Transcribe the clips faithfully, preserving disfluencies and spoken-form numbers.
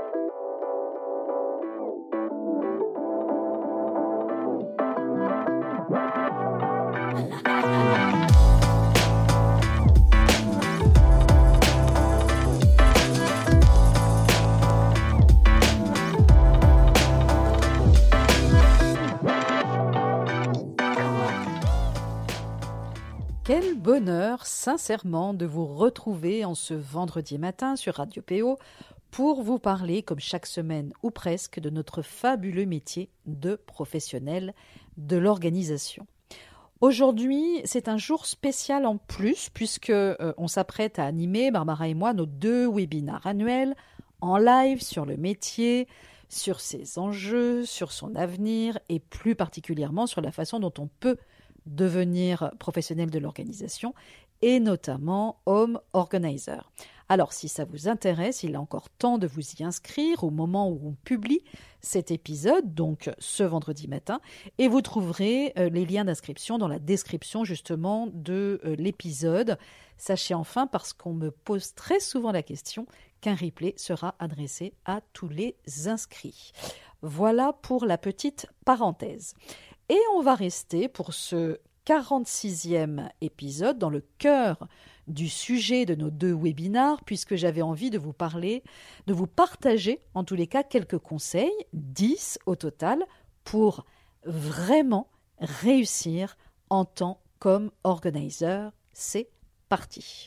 Quel bonheur, sincèrement, de vous retrouver en ce vendredi matin sur Radio P O pour vous parler, comme chaque semaine ou presque, de notre fabuleux métier de professionnel de l'organisation. Aujourd'hui, c'est un jour spécial en plus puisque euh, on s'apprête à animer, Barbara et moi, nos deux webinaires annuels en live sur le métier, sur ses enjeux, sur son avenir et plus particulièrement sur la façon dont on peut devenir professionnel de l'organisation et notamment home organizer. Alors si ça vous intéresse, il est encore temps de vous y inscrire au moment où on publie cet épisode, donc ce vendredi matin, et vous trouverez euh, les liens d'inscription dans la description justement de euh, l'épisode. Sachez enfin, parce qu'on me pose très souvent la question, qu'un replay sera adressé à tous les inscrits. Voilà pour la petite parenthèse. Et on va rester pour ce quarante-sixième épisode dans le cœur du sujet de nos deux webinaires, puisque j'avais envie de vous parler, de vous partager en tous les cas quelques conseils, dix au total, pour vraiment réussir en tant qu'home organizer. C'est parti.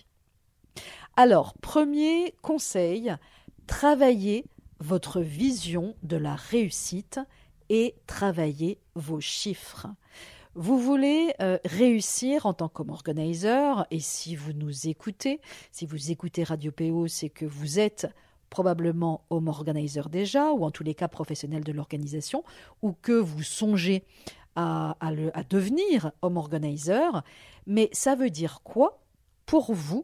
Alors, premier conseil, travaillez votre vision de la réussite et travailler vos chiffres. Vous voulez euh, réussir en tant qu'home organizer, et si vous nous écoutez, si vous écoutez Radio P O, c'est que vous êtes probablement home organizer déjà, ou en tous les cas professionnel de l'organisation, ou que vous songez à, à, le, à devenir home organizer. Mais ça veut dire quoi pour vous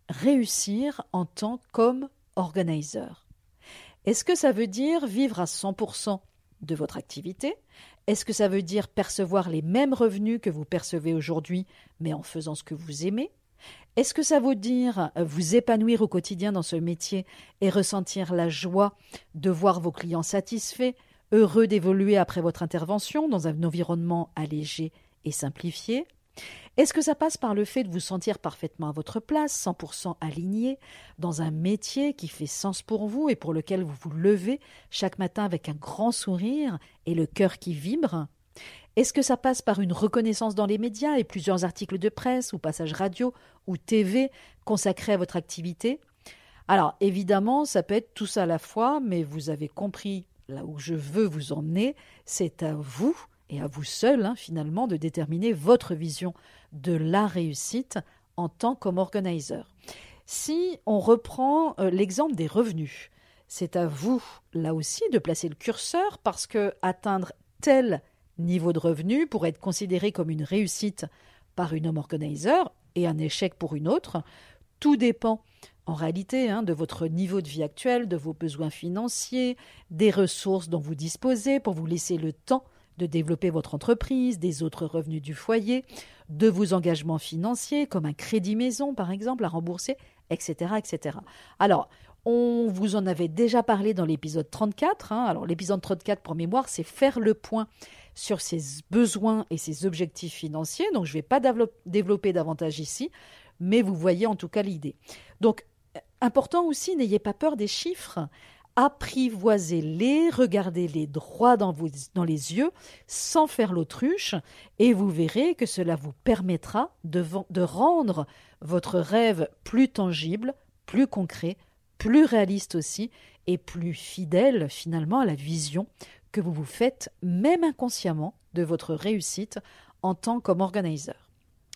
réussir en tant qu'home organizer? Est-ce que ça veut dire vivre à cent pour cent de votre activité? Est-ce que ça veut dire percevoir les mêmes revenus que vous percevez aujourd'hui, mais en faisant ce que vous aimez? Est-ce que ça veut dire vous épanouir au quotidien dans ce métier et ressentir la joie de voir vos clients satisfaits, heureux d'évoluer après votre intervention dans un environnement allégé et simplifié? Est-ce que ça passe par le fait de vous sentir parfaitement à votre place, cent pour cent aligné, dans un métier qui fait sens pour vous et pour lequel vous vous levez chaque matin avec un grand sourire et le cœur qui vibre? Est-ce que ça passe par une reconnaissance dans les médias et plusieurs articles de presse ou passages radio ou T V consacrés à votre activité? Alors évidemment, ça peut être tout ça à la fois, mais vous avez compris là où je veux vous emmener, c'est à vous et à vous seul, hein, finalement, de déterminer votre vision de la réussite en tant qu'home organizer. Si on reprend euh, l'exemple des revenus, c'est à vous, là aussi, de placer le curseur parce que atteindre tel niveau de revenu pourrait être considéré comme une réussite par une home organizer et un échec pour une autre. Tout dépend en réalité hein, de votre niveau de vie actuel, de vos besoins financiers, des ressources dont vous disposez pour vous laisser le temps de développer votre entreprise, des autres revenus du foyer, de vos engagements financiers, comme un crédit maison, par exemple, à rembourser, et cetera, et cetera. Alors, on vous en avait déjà parlé dans l'épisode trente-quatre. Hein. Alors, l'épisode trente-quatre, pour mémoire, c'est faire le point sur ses besoins et ses objectifs financiers. Donc, je ne vais pas développer davantage ici, mais vous voyez en tout cas l'idée. Donc, important aussi, n'ayez pas peur des chiffres. Apprivoisez-les, regardez-les droit dans, vos, dans les yeux sans faire l'autruche et vous verrez que cela vous permettra de, de rendre votre rêve plus tangible, plus concret, plus réaliste aussi et plus fidèle finalement à la vision que vous vous faites même inconsciemment de votre réussite en tant qu'home organizer.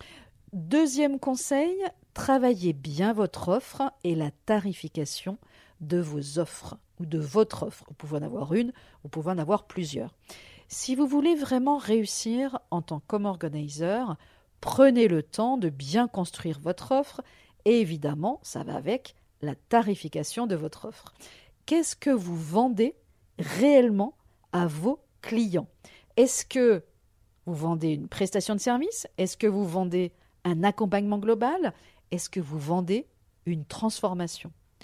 Deuxième conseil, travaillez bien votre offre et la tarification de vos offres ou de votre offre. Vous pouvez en avoir une, vous pouvez en avoir plusieurs. Si vous voulez vraiment réussir en tant qu'home organizer, prenez le temps de bien construire votre offre et évidemment, ça va avec la tarification de votre offre. Qu'est-ce que vous vendez réellement à vos clients? Est-ce que vous vendez une prestation de service? Est-ce que vous vendez un accompagnement global? Est-ce que vous vendez une transformation?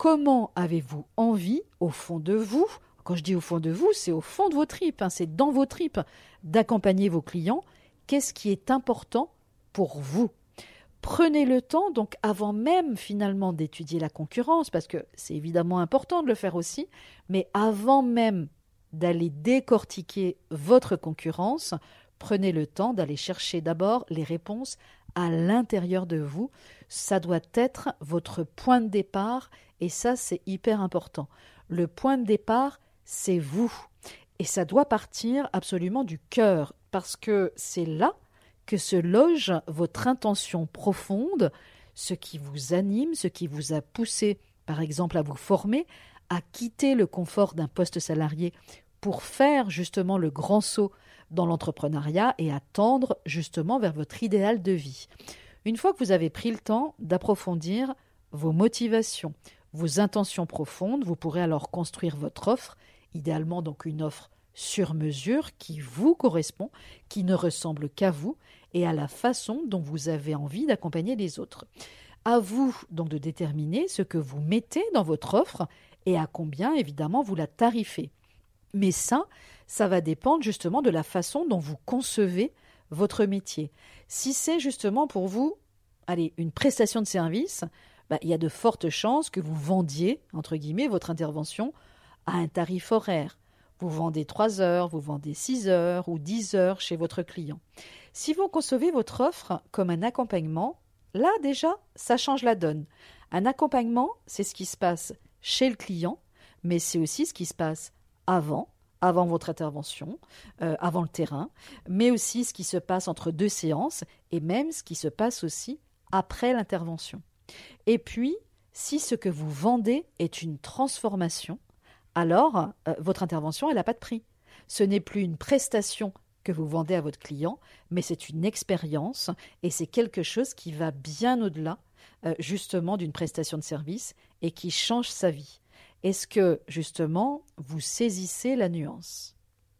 Comment avez-vous envie, au fond de vous, quand je dis au fond de vous, c'est au fond de vos tripes, hein, c'est dans vos tripes, d'accompagner vos clients. Qu'est-ce qui est important pour vous ? Prenez le temps, donc avant même finalement d'étudier la concurrence, parce que c'est évidemment important de le faire aussi, mais avant même d'aller décortiquer votre concurrence, prenez le temps d'aller chercher d'abord les réponses à l'intérieur de vous. Ça doit être votre point de départ et ça, c'est hyper important. Le point de départ, c'est vous. Et ça doit partir absolument du cœur parce que c'est là que se loge votre intention profonde, ce qui vous anime, ce qui vous a poussé, par exemple, à vous former, à quitter le confort d'un poste salarié pour faire justement le grand saut dans l'entrepreneuriat et à tendre justement vers votre idéal de vie. Une fois que vous avez pris le temps d'approfondir vos motivations, vos intentions profondes, vous pourrez alors construire votre offre, idéalement donc une offre sur mesure qui vous correspond, qui ne ressemble qu'à vous et à la façon dont vous avez envie d'accompagner les autres. À vous donc de déterminer ce que vous mettez dans votre offre et à combien évidemment vous la tarifez. Mais ça, ça va dépendre justement de la façon dont vous concevez votre métier. Si c'est justement pour vous, allez, une prestation de service, bah, il y a de fortes chances que vous vendiez, entre guillemets, votre intervention à un tarif horaire. Vous vendez trois heures, vous vendez six heures ou dix heures chez votre client. Si vous concevez votre offre comme un accompagnement, là déjà, ça change la donne. Un accompagnement, c'est ce qui se passe chez le client, mais c'est aussi ce qui se passe avant, avant votre intervention, euh, avant le terrain, mais aussi ce qui se passe entre deux séances et même ce qui se passe aussi après l'intervention. Et puis, si ce que vous vendez est une transformation, alors euh, votre intervention, elle n'a pas de prix. Ce n'est plus une prestation que vous vendez à votre client, mais c'est une expérience et c'est quelque chose qui va bien au-delà euh, justement d'une prestation de service et qui change sa vie. Est-ce que, justement, vous saisissez la nuance ?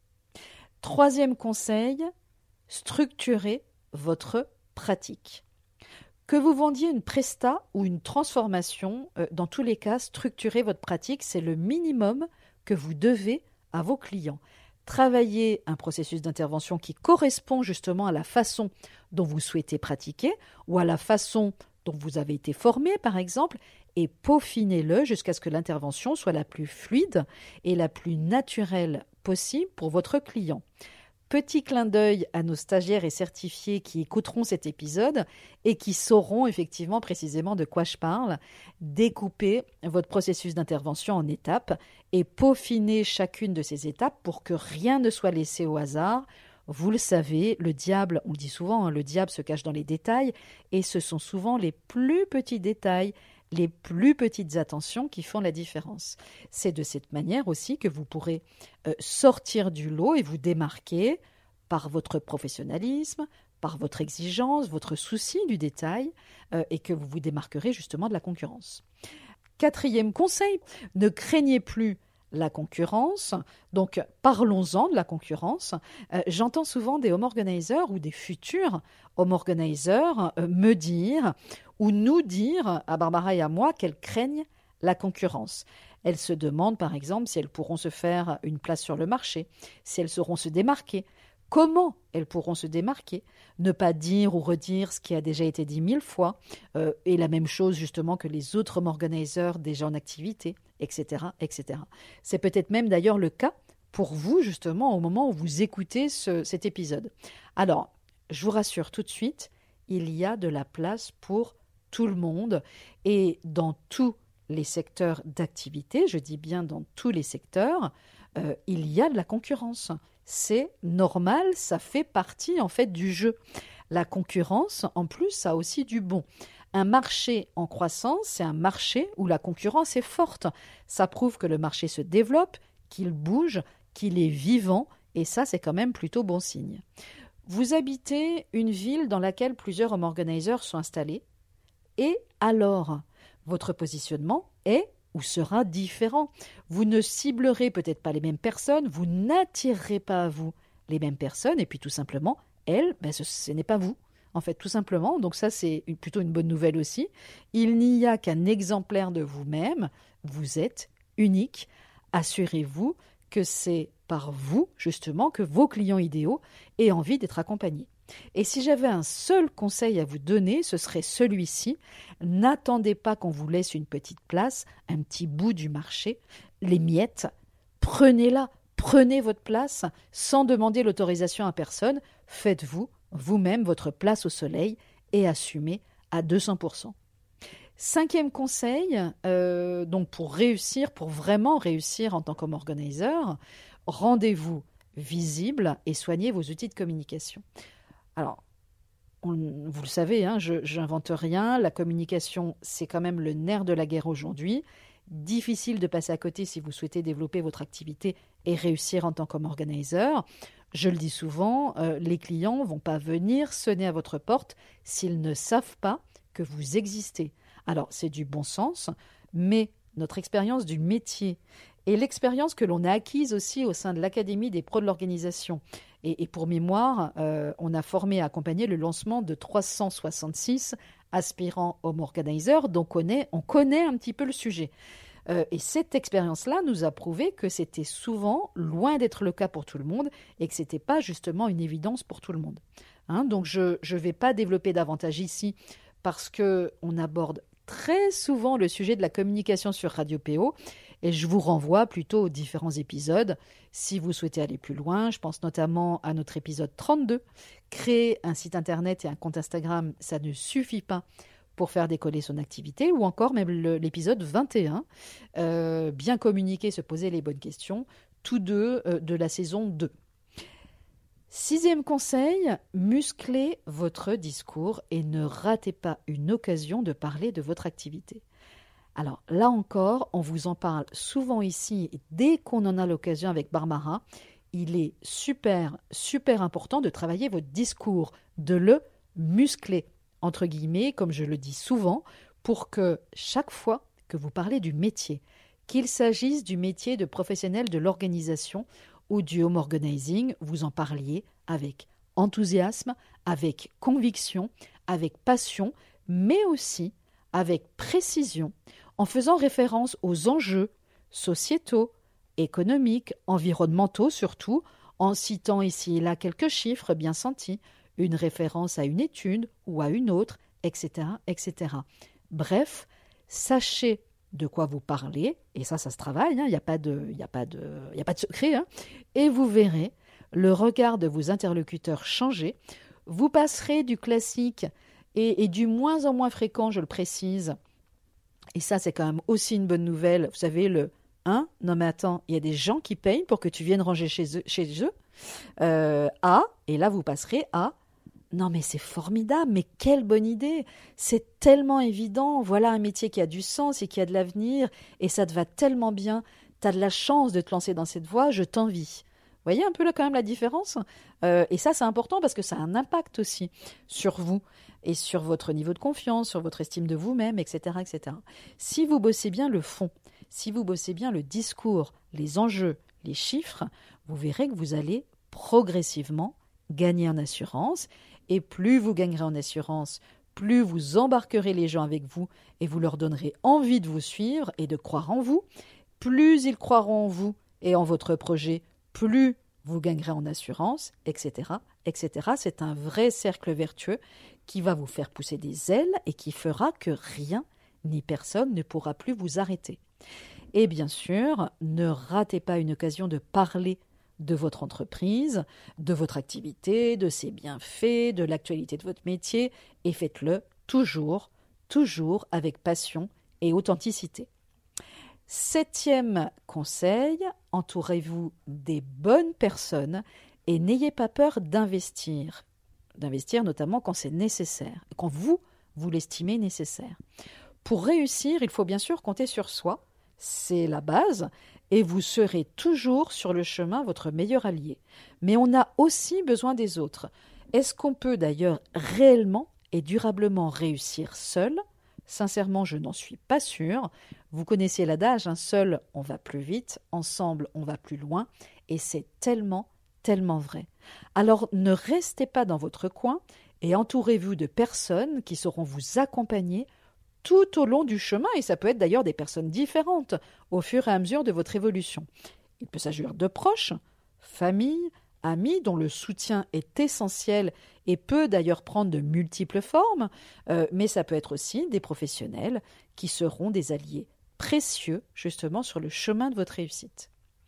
Troisième conseil, structurez votre pratique. Que vous vendiez une presta ou une transformation, euh, dans tous les cas, structurez votre pratique, c'est le minimum que vous devez à vos clients. Travaillez un processus d'intervention qui correspond justement à la façon dont vous souhaitez pratiquer ou à la façon dont vous avez été formé, par exemple, et peaufinez-le jusqu'à ce que l'intervention soit la plus fluide et la plus naturelle possible pour votre client. Petit clin d'œil à nos stagiaires et certifiés qui écouteront cet épisode et qui sauront effectivement précisément de quoi je parle. Découpez votre processus d'intervention en étapes et peaufinez chacune de ces étapes pour que rien ne soit laissé au hasard. Vous le savez, le diable, on le dit souvent, hein, le diable se cache dans les détails et ce sont souvent les plus petits détails, les plus petites attentions qui font la différence. C'est de cette manière aussi que vous pourrez euh, sortir du lot et vous démarquer par votre professionnalisme, par votre exigence, votre souci du détail euh, et que vous vous démarquerez justement de la concurrence. Quatrième conseil, ne craignez plus la concurrence. Donc, parlons-en de la concurrence. Euh, j'entends souvent des home organizers ou des futurs home organizers euh, me dire ou nous dire, à Barbara et à moi, qu'elles craignent la concurrence. Elles se demandent, par exemple, si elles pourront se faire une place sur le marché, si elles sauront se démarquer. Comment elles pourront se démarquer ? Ne pas dire ou redire ce qui a déjà été dit mille fois, euh, et la même chose justement que les autres home organizers déjà en activité, et cetera, et cetera. C'est peut-être même d'ailleurs le cas pour vous justement au moment où vous écoutez ce, cet épisode. Alors, je vous rassure tout de suite, il y a de la place pour tout le monde et dans tous les secteurs d'activité, je dis bien dans tous les secteurs, euh, il y a de la concurrence. C'est normal, ça fait partie en fait du jeu. La concurrence, en plus, ça a aussi du bon. Un marché en croissance, c'est un marché où la concurrence est forte. Ça prouve que le marché se développe, qu'il bouge, qu'il est vivant, et ça, c'est quand même plutôt bon signe. Vous habitez une ville dans laquelle plusieurs home organizers sont installés, et alors, votre positionnement est ou sera différent. Vous ne ciblerez peut-être pas les mêmes personnes, vous n'attirerez pas à vous les mêmes personnes, et puis tout simplement, elles, ben ce, ce n'est pas vous. en fait, tout simplement. Donc ça, c'est une- plutôt une bonne nouvelle aussi. Il n'y a qu'un exemplaire de vous-même. Vous êtes unique. Assurez-vous que c'est par vous, justement, que vos clients idéaux aient envie d'être accompagnés. Et si j'avais un seul conseil à vous donner, ce serait celui-ci. N'attendez pas qu'on vous laisse une petite place, un petit bout du marché, les miettes. Prenez-la, prenez votre place sans demander l'autorisation à personne. Faites-vous vous-même votre place au soleil et assumez à deux cents pour cent. Cinquième conseil, euh, donc pour réussir, pour vraiment réussir en tant qu'organisateur, rendez-vous visible et soignez vos outils de communication. Alors, on- vous le savez, hein, je n'invente rien. La communication, c'est quand même le nerf de la guerre aujourd'hui. Difficile de passer à côté si vous souhaitez développer votre activité et réussir en tant qu'organisateur. Je le dis souvent, euh, les clients ne vont pas venir sonner à votre porte s'ils ne savent pas que vous existez. Alors, c'est du bon sens, mais notre expérience du métier et l'expérience que l'on a acquise aussi au sein de l'Académie des pros de l'organisation. Et, et pour mémoire, euh, on a formé et accompagné le lancement de trois cent soixante-six aspirants home organizers, donc on, est, on connaît un petit peu le sujet. Euh, et cette expérience-là nous a prouvé que c'était souvent loin d'être le cas pour tout le monde et que ce n'était pas justement une évidence pour tout le monde. Hein, donc je ne vais pas développer davantage ici parce qu'on aborde très souvent le sujet de la communication sur Radio P O et je vous renvoie plutôt aux différents épisodes si vous souhaitez aller plus loin. Je pense notamment à notre épisode trente-deux. Créer un site internet et un compte Instagram, ça ne suffit pas pour faire décoller son activité, ou encore même le, l'épisode vingt et un, euh, bien communiquer, se poser les bonnes questions, tous deux euh, de la saison deux. Sixième conseil, musclez votre discours et ne ratez pas une occasion de parler de votre activité. Alors là encore, on vous en parle souvent ici, et dès qu'on en a l'occasion avec Barbara, il est super, super important de travailler votre discours, de le muscler, entre guillemets, comme je le dis souvent, pour que chaque fois que vous parlez du métier, qu'il s'agisse du métier de professionnel de l'organisation ou du home organizing, vous en parliez avec enthousiasme, avec conviction, avec passion, mais aussi avec précision, en faisant référence aux enjeux sociétaux, économiques, environnementaux surtout, en citant ici et là quelques chiffres bien sentis, une référence à une étude ou à une autre, et cetera, et cetera. Bref, sachez de quoi vous parlez, et ça, ça se travaille, il n'y a pas de, y a pas de, y a pas de secret, hein, et vous verrez le regard de vos interlocuteurs changer. Vous passerez du classique et, et du moins en moins fréquent, je le précise, et ça, c'est quand même aussi une bonne nouvelle, vous savez, le « hein, non mais attends, il y a des gens qui payent pour que tu viennes ranger chez eux, chez eux. Euh, à, et là, vous passerez à non mais c'est formidable, mais quelle bonne idée, c'est tellement évident, voilà un métier qui a du sens et qui a de l'avenir, et ça te va tellement bien, tu as de la chance de te lancer dans cette voie, je t'envie. Vous voyez un peu là quand même la différence, euh, et ça c'est important parce que ça a un impact aussi sur vous et sur votre niveau de confiance, sur votre estime de vous-même, et cetera, et cetera. Si vous bossez bien le fond, si vous bossez bien le discours, les enjeux, les chiffres, vous verrez que vous allez progressivement gagner en assurance. Et plus vous gagnerez en assurance, plus vous embarquerez les gens avec vous et vous leur donnerez envie de vous suivre et de croire en vous. Plus ils croiront en vous et en votre projet, plus vous gagnerez en assurance, et cetera, et cetera. C'est un vrai cercle vertueux qui va vous faire pousser des ailes et qui fera que rien ni personne ne pourra plus vous arrêter. Et bien sûr, ne ratez pas une occasion de parler de votre entreprise, de votre activité, de ses bienfaits, de l'actualité de votre métier, et faites-le toujours, toujours avec passion et authenticité. Septième conseil, entourez-vous des bonnes personnes et n'ayez pas peur d'investir, d'investir notamment quand c'est nécessaire, quand vous, vous l'estimez nécessaire. Pour réussir, il faut bien sûr compter sur soi, c'est la base, et vous serez toujours sur le chemin votre meilleur allié. Mais on a aussi besoin des autres. Est-ce qu'on peut d'ailleurs réellement et durablement réussir seul ? Sincèrement, je n'en suis pas sûre. Vous connaissez l'adage, hein, seul on va plus vite, ensemble on va plus loin, et c'est tellement, tellement vrai. Alors ne restez pas dans votre coin et entourez-vous de personnes qui sauront vous accompagner tout au long du chemin, et ça peut être d'ailleurs des personnes différentes au fur et à mesure de votre évolution. Il peut s'agir de proches, famille, amis dont le soutien est essentiel et peut d'ailleurs prendre de multiples formes, euh, mais ça peut être aussi des professionnels qui seront des alliés précieux justement sur le chemin de votre réussite.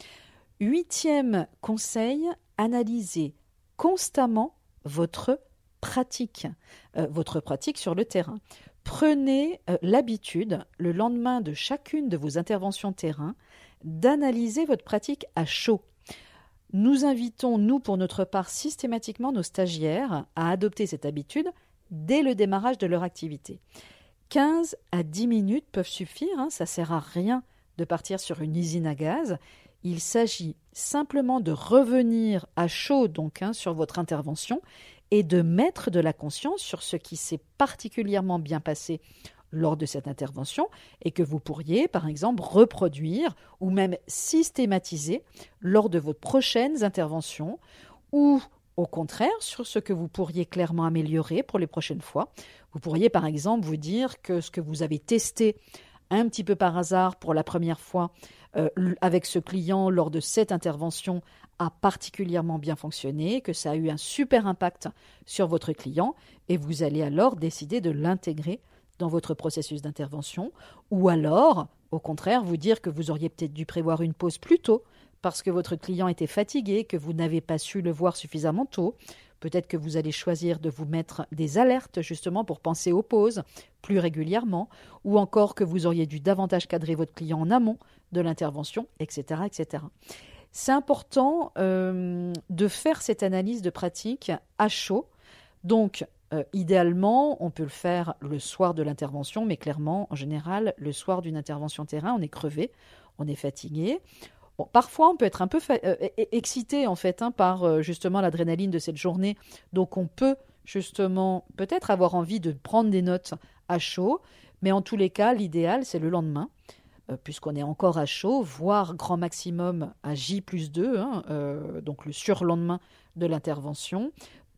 Huitième conseil, analysez constamment votre pratique, euh, votre pratique sur le terrain. Prenez euh, l'habitude, le lendemain de chacune de vos interventions terrain, d'analyser votre pratique à chaud. Nous invitons, nous, pour notre part, systématiquement nos stagiaires à adopter cette habitude dès le démarrage de leur activité. quinze à dix minutes peuvent suffire, hein, ça ne sert à rien de partir sur une usine à gaz. Il s'agit simplement de revenir à chaud donc hein, sur votre intervention et de mettre de la conscience sur ce qui s'est particulièrement bien passé lors de cette intervention et que vous pourriez, par exemple, reproduire ou même systématiser lors de vos prochaines interventions ou, au contraire, sur ce que vous pourriez clairement améliorer pour les prochaines fois. Vous pourriez, par exemple, vous dire que ce que vous avez testé un petit peu par hasard pour la première fois euh, avec ce client lors de cette intervention a particulièrement bien fonctionné, que ça a eu un super impact sur votre client et vous allez alors décider de l'intégrer dans votre processus d'intervention ou alors, au contraire, vous dire que vous auriez peut-être dû prévoir une pause plus tôt parce que votre client était fatigué, que vous n'avez pas su le voir suffisamment tôt. Peut-être que vous allez choisir de vous mettre des alertes justement pour penser aux pauses plus régulièrement ou encore que vous auriez dû davantage cadrer votre client en amont de l'intervention, et cetera, et cetera. C'est important euh, de faire cette analyse de pratique à chaud. Donc, euh, idéalement, on peut le faire le soir de l'intervention, mais clairement, en général, le soir d'une intervention terrain, on est crevé, on est fatigué. Bon, parfois, on peut être un peu fa- euh, excité en fait hein, par euh, justement l'adrénaline de cette journée. Donc, on peut justement peut-être avoir envie de prendre des notes à chaud, mais en tous les cas, l'idéal, c'est le lendemain. Euh, puisqu'on est encore à chaud, voire grand maximum à J plus deux, hein, euh, donc le surlendemain de l'intervention. Pourquoi ?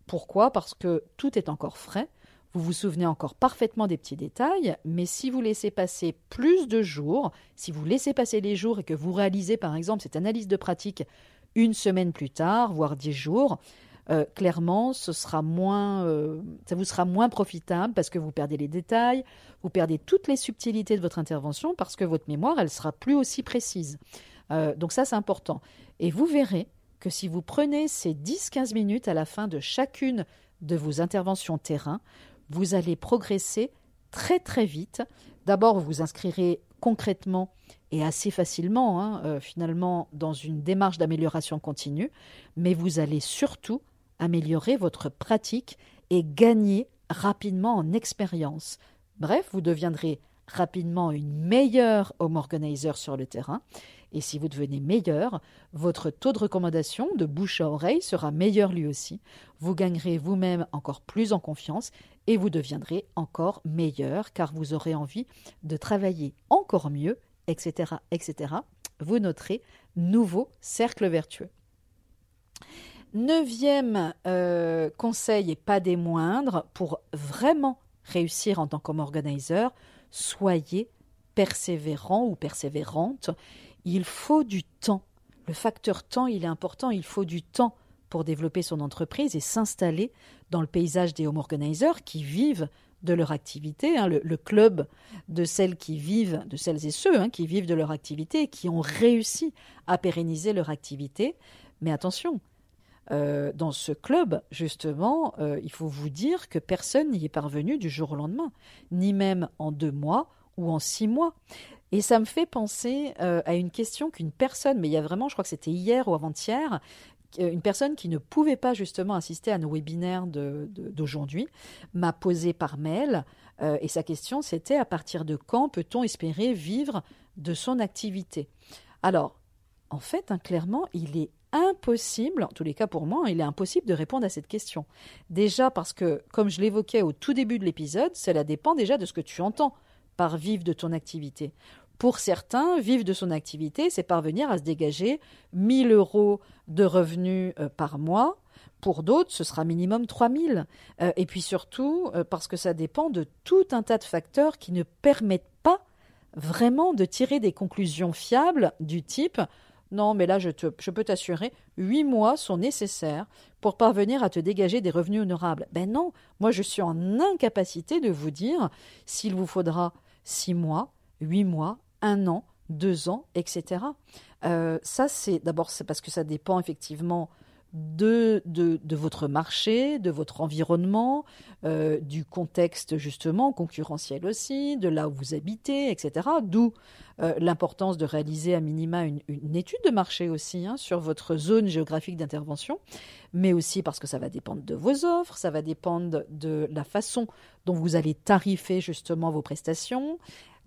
Parce que tout est encore frais, vous vous souvenez encore parfaitement des petits détails, mais si vous laissez passer plus de jours, si vous laissez passer les jours et que vous réalisez par exemple cette analyse de pratique une semaine plus tard, voire dix jours, Euh, clairement, ce sera moins, euh, ça vous sera moins profitable parce que vous perdez les détails, vous perdez toutes les subtilités de votre intervention parce que votre mémoire, elle sera plus aussi précise. Euh, donc ça, c'est important. Et vous verrez que si vous prenez ces dix à quinze minutes à la fin de chacune de vos interventions terrain, vous allez progresser très très vite. D'abord, vous vous inscrirez concrètement et assez facilement, hein, euh, finalement, dans une démarche d'amélioration continue, mais vous allez surtout améliorer votre pratique et gagner rapidement en expérience. Bref, vous deviendrez rapidement une meilleure home organizer sur le terrain. Et si vous devenez meilleur, votre taux de recommandation de bouche à oreille sera meilleur lui aussi. Vous gagnerez vous-même encore plus en confiance et vous deviendrez encore meilleur car vous aurez envie de travailler encore mieux, et cetera, et cetera. Vous noterez nouveau cercle vertueux. Neuvième euh, conseil et pas des moindres, pour vraiment réussir en tant qu'home organizer, soyez persévérant ou persévérante. Il faut du temps. Le facteur temps, il est important. Il faut du temps pour développer son entreprise et s'installer dans le paysage des home organizers qui vivent de leur activité, hein, le, le club de celles qui vivent, de celles et ceux hein, qui vivent de leur activité et qui ont réussi à pérenniser leur activité. Mais attention, euh, dans ce club, justement, euh, il faut vous dire que personne n'y est parvenu du jour au lendemain, ni même en deux mois ou en six mois. Et ça me fait penser euh, à une question qu'une personne, mais il y a vraiment, je crois que c'était hier ou avant-hier, une personne qui ne pouvait pas justement assister à nos webinaires de, de, d'aujourd'hui m'a posé par mail euh, et sa question c'était: à partir de quand peut-on espérer vivre de son activité? Alors, en fait, hein, clairement, il est impossible, en tous les cas pour moi, il est impossible de répondre à cette question. Déjà parce que, comme je l'évoquais au tout début de l'épisode, cela dépend déjà de ce que tu entends par vivre de ton activité. Pour certains, vivre de son activité, c'est parvenir à se dégager mille euros de revenus euh, par mois, Pour d'autres, ce sera minimum trois mille. Euh, et puis surtout, euh, parce que ça dépend de tout un tas de facteurs qui ne permettent pas vraiment de tirer des conclusions fiables du type « Non, mais là, je, te, je peux t'assurer, huit mois sont nécessaires pour parvenir à te dégager des revenus honorables. » Ben non, moi, je suis en incapacité de vous dire s'il vous faudra six mois, huit mois, un an, deux ans, et cetera. Euh, ça, c'est d'abord c'est parce que ça dépend effectivement de, de, de votre marché, de votre environnement, euh, du contexte justement concurrentiel aussi, de là où vous habitez, et cetera. D'où euh, l'importance de réaliser à minima une, une étude de marché aussi hein, sur votre zone géographique d'intervention, mais aussi parce que ça va dépendre de vos offres, ça va dépendre de la façon dont vous allez tarifer justement vos prestations,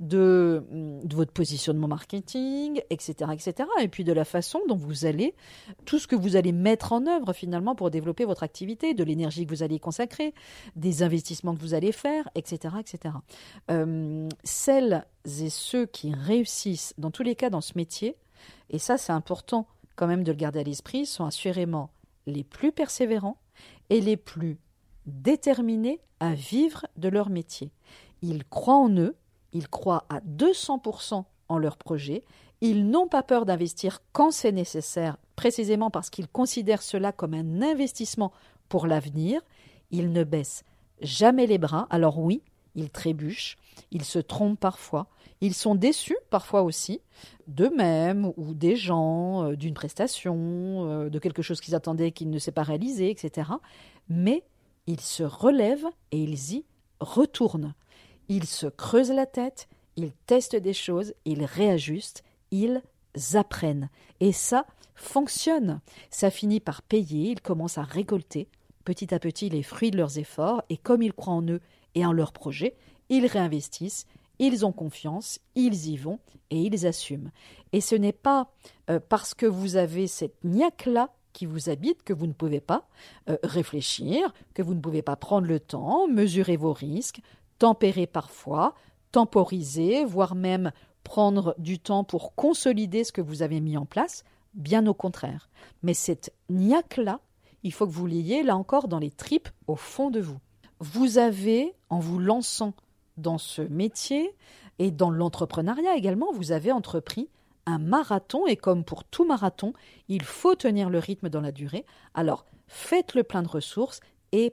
de, de votre positionnement marketing, et cetera, et cetera. Et puis de la façon dont vous allez, tout ce que vous allez mettre en œuvre finalement pour développer votre activité, de l'énergie que vous allez y consacrer, des investissements que vous allez faire, et cetera, et cetera. Euh, celles et ceux qui réussissent, dans tous les cas dans ce métier, et ça c'est important quand même de le garder à l'esprit, sont assurément les plus persévérants et les plus déterminés à vivre de leur métier. Ils croient en eux, ils croient à deux cents pour cent en leur projet, ils n'ont pas peur d'investir quand c'est nécessaire, précisément parce qu'ils considèrent cela comme un investissement pour l'avenir, ils ne baissent jamais les bras, alors oui, ils trébuchent, ils se trompent parfois, ils sont déçus parfois aussi, d'eux-mêmes ou des gens, euh, d'une prestation, euh, de quelque chose qu'ils attendaient qui ne s'est pas réalisé, et cetera. Mais ils se relèvent et ils y retournent. Ils se creusent la tête, ils testent des choses, ils réajustent, ils apprennent. Et ça fonctionne. Ça finit par payer, ils commencent à récolter petit à petit les fruits de leurs efforts et comme ils croient en eux et en leurs projets, ils réinvestissent, ils ont confiance, ils y vont et ils assument. Et ce n'est pas euh, parce que vous avez cette niaque-là qui vous habite que vous ne pouvez pas euh, réfléchir, que vous ne pouvez pas prendre le temps, mesurer vos risques, tempérer parfois, temporiser, voire même prendre du temps pour consolider ce que vous avez mis en place, bien au contraire. Mais cette niaque-là, il faut que vous l'ayez, là encore, dans les tripes, au fond de vous. Vous avez, en vous lançant dans ce métier et dans l'entrepreneuriat également, vous avez entrepris un marathon et comme pour tout marathon, il faut tenir le rythme dans la durée. Alors, faites le plein de ressources et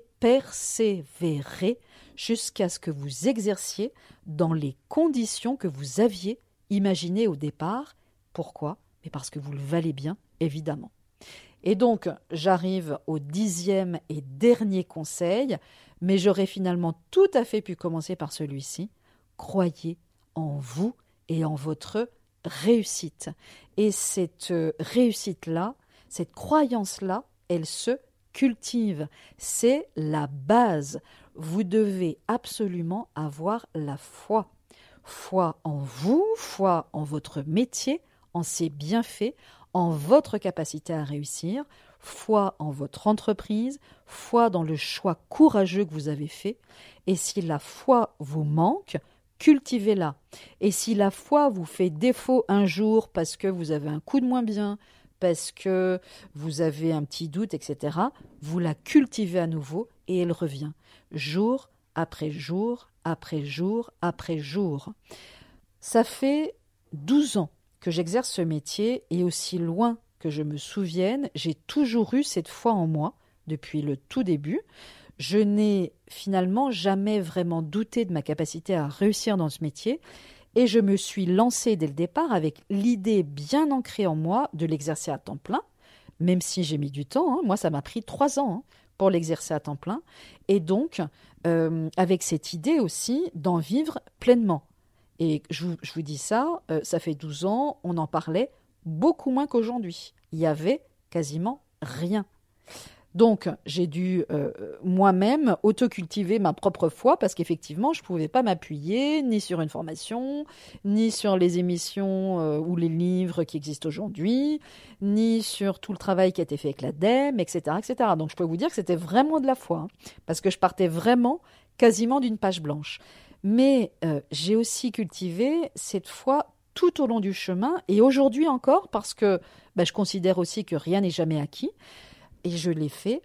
persévérez jusqu'à ce que vous exerciez dans les conditions que vous aviez imaginées au départ. Pourquoi ? Mais parce que vous le valez bien, évidemment. Et donc, j'arrive au dixième et dernier conseil, mais j'aurais finalement tout à fait pu commencer par celui-ci. Croyez en vous et en votre réussite. Et cette réussite-là, cette croyance-là, elle se cultive. C'est la base. Vous devez absolument avoir la foi. Foi en vous, foi en votre métier, en ses bienfaits, en votre capacité à réussir, foi en votre entreprise, foi dans le choix courageux que vous avez fait. Et si la foi vous manque, cultivez-la. Et si la foi vous fait défaut un jour parce que vous avez un coup de moins bien, parce que vous avez un petit doute, et cetera, vous la cultivez à nouveau et elle revient, jour après jour, après jour, après jour. Ça fait douze ans que j'exerce ce métier et aussi loin que je me souvienne, j'ai toujours eu cette foi en moi depuis le tout début. Je n'ai finalement jamais vraiment douté de ma capacité à réussir dans ce métier et je me suis lancée dès le départ avec l'idée bien ancrée en moi de l'exercer à temps plein, même si j'ai mis du temps. Hein. Moi, ça m'a pris trois ans hein, pour l'exercer à temps plein et donc euh, avec cette idée aussi d'en vivre pleinement. Et je vous, je vous dis ça, euh, ça fait douze ans, on en parlait beaucoup moins qu'aujourd'hui. Il y avait quasiment rien. Donc, j'ai dû euh, moi-même autocultiver ma propre foi parce qu'effectivement, je ne pouvais pas m'appuyer ni sur une formation, ni sur les émissions euh, ou les livres qui existent aujourd'hui, ni sur tout le travail qui a été fait avec l'ADEME, et cetera, et cetera. Donc, je peux vous dire que c'était vraiment de la foi, hein, parce que je partais vraiment quasiment d'une page blanche. Mais euh, j'ai aussi cultivé cette foi tout au long du chemin et aujourd'hui encore parce que bah, je considère aussi que rien n'est jamais acquis et je l'ai fait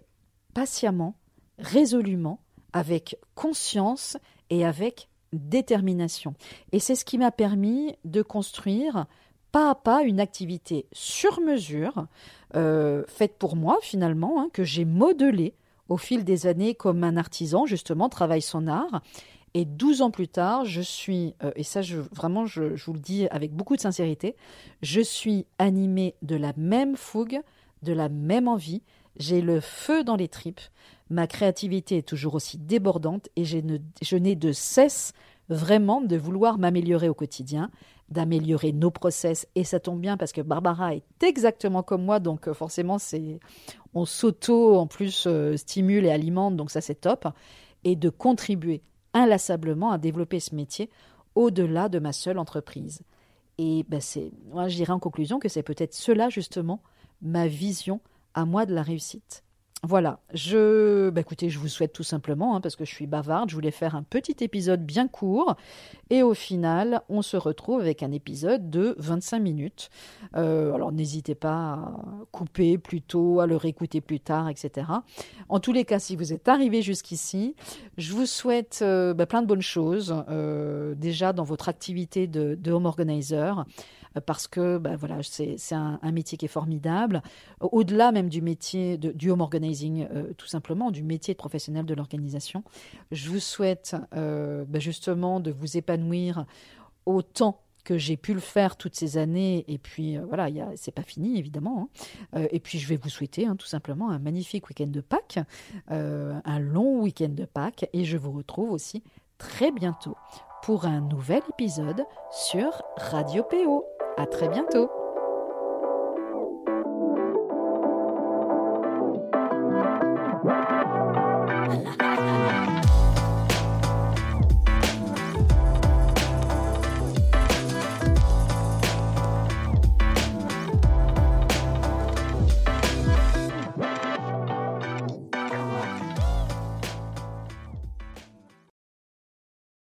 patiemment, résolument, avec conscience et avec détermination. Et c'est ce qui m'a permis de construire pas à pas une activité sur mesure, euh, faite pour moi finalement, hein, que j'ai modelée au fil des années comme un artisan, justement, travaille son art. Et douze ans plus tard, je suis, euh, et ça je, vraiment je, je vous le dis avec beaucoup de sincérité, je suis animée de la même fougue, de la même envie, j'ai le feu dans les tripes, ma créativité est toujours aussi débordante et j'ai ne, je n'ai de cesse vraiment de vouloir m'améliorer au quotidien, d'améliorer nos process, et ça tombe bien parce que Barbara est exactement comme moi, donc euh, forcément c'est, on s'auto en plus euh, stimule et alimente, donc ça c'est top, et de contribuer inlassablement à développer ce métier au-delà de ma seule entreprise. Et ben c'est, moi je dirais en conclusion que c'est peut-être cela justement ma vision à moi de la réussite. Voilà, je, bah écoutez, je vous souhaite tout simplement, hein, parce que je suis bavarde, je voulais faire un petit épisode bien court, et au final, on se retrouve avec un épisode de vingt-cinq minutes. Euh, alors n'hésitez pas à couper plus tôt, à le réécouter plus tard, et cetera. En tous les cas, si vous êtes arrivé jusqu'ici, je vous souhaite euh, bah, plein de bonnes choses, euh, déjà dans votre activité de, de home organizer, parce que bah, voilà, c'est, c'est un, un métier qui est formidable, au-delà même du métier de, du home organizing, euh, tout simplement, du métier de professionnel de l'organisation. Je vous souhaite euh, bah, justement de vous épanouir autant que j'ai pu le faire toutes ces années, et puis euh, voilà, y a, c'est pas fini évidemment, hein. Euh, et puis je vais vous souhaiter hein, tout simplement un magnifique week-end de Pâques, euh, un long week-end de Pâques, et je vous retrouve aussi très bientôt pour un nouvel épisode sur Radio P O. À très bientôt.